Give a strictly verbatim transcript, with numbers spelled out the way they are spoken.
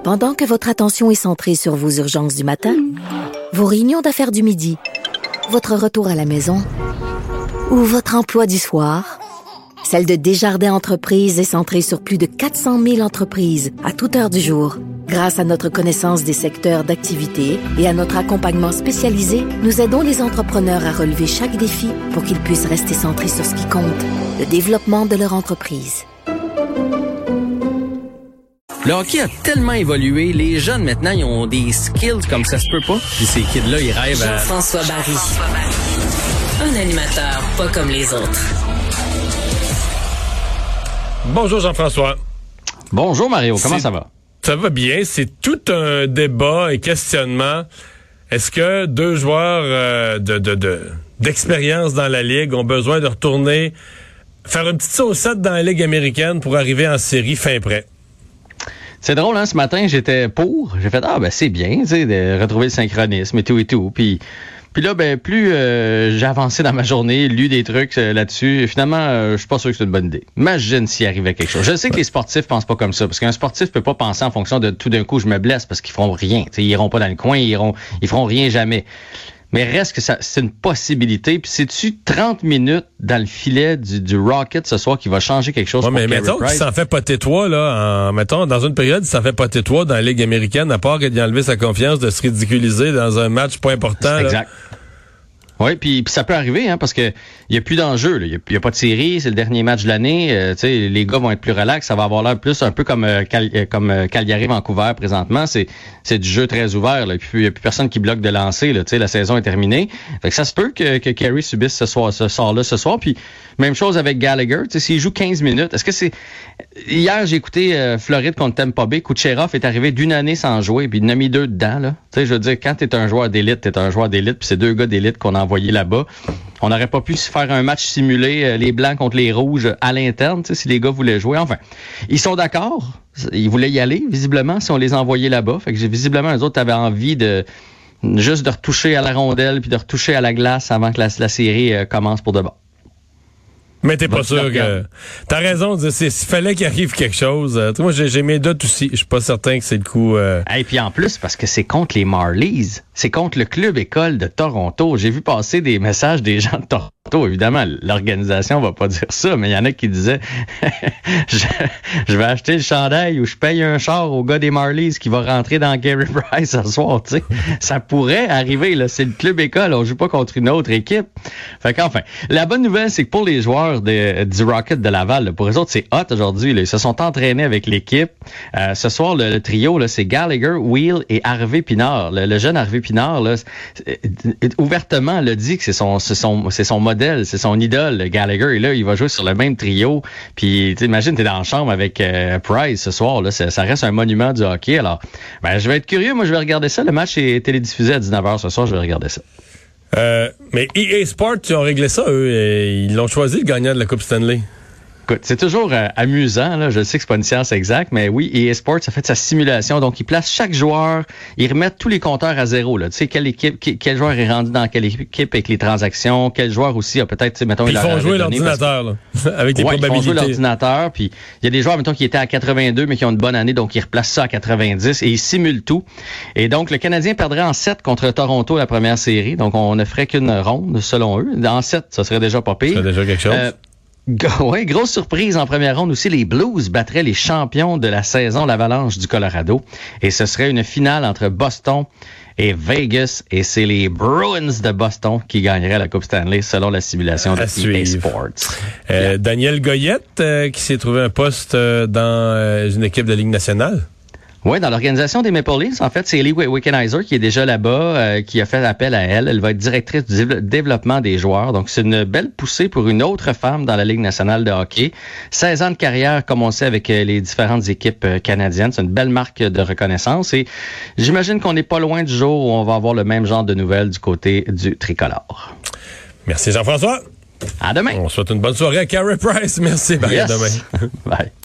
Pendant que votre attention est centrée sur vos urgences du matin, vos réunions d'affaires du midi, votre retour à la maison ou votre emploi du soir, celle de Desjardins Entreprises est centrée sur plus de quatre cent mille entreprises à toute heure du jour. Grâce à notre connaissance des secteurs d'activité et à notre accompagnement spécialisé, nous aidons les entrepreneurs à relever chaque défi pour qu'ils puissent rester centrés sur ce qui compte, le développement de leur entreprise. Le hockey a tellement évolué, les jeunes maintenant, ils ont des skills comme ça se peut pas. Puis ces kids-là, ils rêvent à... Jean-François Barry. Un animateur pas comme les autres. Bonjour Jean-François. Bonjour Mario, comment C'est... ça va? Ça va bien, c'est tout un débat et questionnement. Est-ce que deux joueurs euh, de, de, de, d'expérience dans la Ligue ont besoin de retourner faire une petite saucette dans la Ligue américaine pour arriver en série fin prêt? C'est drôle, hein, ce matin, j'étais pour. J'ai fait, ah, ben c'est bien, tu sais, de retrouver le synchronisme et tout et tout. Puis, puis là, ben plus euh, j'ai avancé dans ma journée, lu des trucs euh, là-dessus, finalement, euh, je suis pas sûr que c'est une bonne idée. Imagine s'il arrivait quelque chose. Je sais que les sportifs pensent pas comme ça, parce qu'un sportif peut pas penser en fonction de tout d'un coup, je me blesse, parce qu'ils feront rien. Tu sais, ils iront pas dans le coin, ils iront, ils feront rien jamais. Mais reste que ça, c'est une possibilité. Puis c'est-tu trente minutes dans le filet du, du Rocket ce soir qui va changer quelque chose Ouais, pour mais Carey mettons Price? qu'il s'en fait pas tais-toi, là, en, mettons, dans une période, il s'en fait pas tais-toi dans la Ligue américaine, à part d'y enlever sa confiance, de se ridiculiser dans un match pas important. Exact. Là. Oui, puis ça peut arriver, hein, parce que il y a plus d'enjeu. Il y, y a pas de série, c'est le dernier match de l'année. Euh, tu sais, les gars vont être plus relax. Ça va avoir l'air plus un peu comme euh, Cal, euh, comme euh, Calgary Vancouver présentement. C'est c'est du jeu très ouvert. Là. Puis il y a plus personne qui bloque de lancer. Là. Tu sais, la saison est terminée. Fait que ça se peut que que Carey subisse ce soir, ce sort-là ce soir. Puis même chose avec Gallagher. Tu sais, s'il joue quinze minutes, est-ce que c'est hier j'ai écouté euh, Floride contre Tampa Bay. Kucherov est arrivé d'une année sans jouer, puis il en a mis deux dedans. Là. Tu sais, je veux dire, quand t'es un joueur d'élite, t'es un joueur d'élite. Puis c'est deux gars d'élite qu'on a envoyé là-bas. On n'aurait pas pu se faire un match simulé, euh, les blancs contre les rouges à l'interne, tu sais, si les gars voulaient jouer. Enfin, ils sont d'accord. Ils voulaient y aller, visiblement, si on les envoyait là-bas. Fait que visiblement, eux autres avaient envie de juste de retoucher à la rondelle puis de retoucher à la glace avant que la, la série euh, commence pour de bon. Mais t'es pas sûr que... T'as raison, s'il fallait qu'il arrive quelque chose. Euh, moi, j'ai, j'ai mes doutes aussi. Je suis pas certain que c'est le coup... Euh... Et puis en plus, parce que c'est contre les Marlies. C'est contre le club école de Toronto. J'ai vu passer des messages des gens de Toronto. Évidemment, l'organisation va pas dire ça, mais il y en a qui disaient je, je vais acheter le chandail ou je paye un char au gars des Marlies qui va rentrer dans Carey Price ce soir. Tu sais, ça pourrait arriver. Là, c'est le club école. On joue pas contre une autre équipe. Fait qu'enfin, la bonne nouvelle, c'est que pour les joueurs de, du Rocket de Laval, là, pour eux autres, c'est hot aujourd'hui. Là, ils se sont entraînés avec l'équipe. Euh, ce soir, le, le trio, là, c'est Gallagher, Wheel et Harvey Pinard. Le, le jeune Harvey Pinard, là, ouvertement, le dit que c'est son, c'est son, c'est son modèle, c'est son idole, le Gallagher. Et là, il va jouer sur le même trio. Puis, t'imagines, t'es dans la chambre avec euh, Price ce soir. Là, ça, ça reste un monument du hockey. Alors, ben, je vais être curieux. Moi, je vais regarder ça. Le match est télédiffusé à dix-neuf heures ce soir. Je vais regarder ça. Euh, mais E A Sports, ils ont réglé ça, eux. Et ils l'ont choisi, le gagnant de la Coupe Stanley. Écoute, c'est toujours euh, amusant, là. Je sais que c'est pas une science exacte, mais oui, E A Sports a fait sa simulation. Donc, ils placent chaque joueur, ils remettent tous les compteurs à zéro, là. Tu sais, quelle équipe, quel, quel joueur est rendu dans quelle équipe avec les transactions, quel joueur aussi a peut-être, tu sais, mettons, puis ils font jouer l'ordinateur, là, avec les ouais, probabilités. Ils font jouer l'ordinateur, puis il y a des joueurs, mettons, qui étaient à quatre-vingt-deux, mais qui ont une bonne année, donc ils replacent ça à quatre-vingt-dix et ils simulent tout. Et donc, le Canadien perdrait en sept contre Toronto la première série. Donc, on ne ferait qu'une ronde, selon eux. En sept, ça serait déjà pas pire. Ça serait déjà quelque chose. Euh, Oui, grosse surprise en première ronde aussi. Les Blues battraient les champions de la saison, l'Avalanche du Colorado. Et ce serait une finale entre Boston et Vegas. Et c'est les Bruins de Boston qui gagneraient la Coupe Stanley selon la simulation de E A Sports. Euh, yeah. Daniel Goyette, euh, qui s'est trouvé un poste euh, dans euh, une équipe de Ligue nationale. Oui, dans l'organisation des Maple Leafs, en fait, c'est Ellie Wickenheiser qui est déjà là-bas, euh, qui a fait appel à elle. Elle va être directrice du développement des joueurs. Donc, c'est une belle poussée pour une autre femme dans la Ligue nationale de hockey. seize ans de carrière, comme on sait, avec les différentes équipes canadiennes. C'est une belle marque de reconnaissance. Et j'imagine qu'on n'est pas loin du jour où on va avoir le même genre de nouvelles du côté du tricolore. Merci Jean-François. À demain. On souhaite une bonne soirée à Carey Price. Merci. Bye. Yes. À demain. Bye.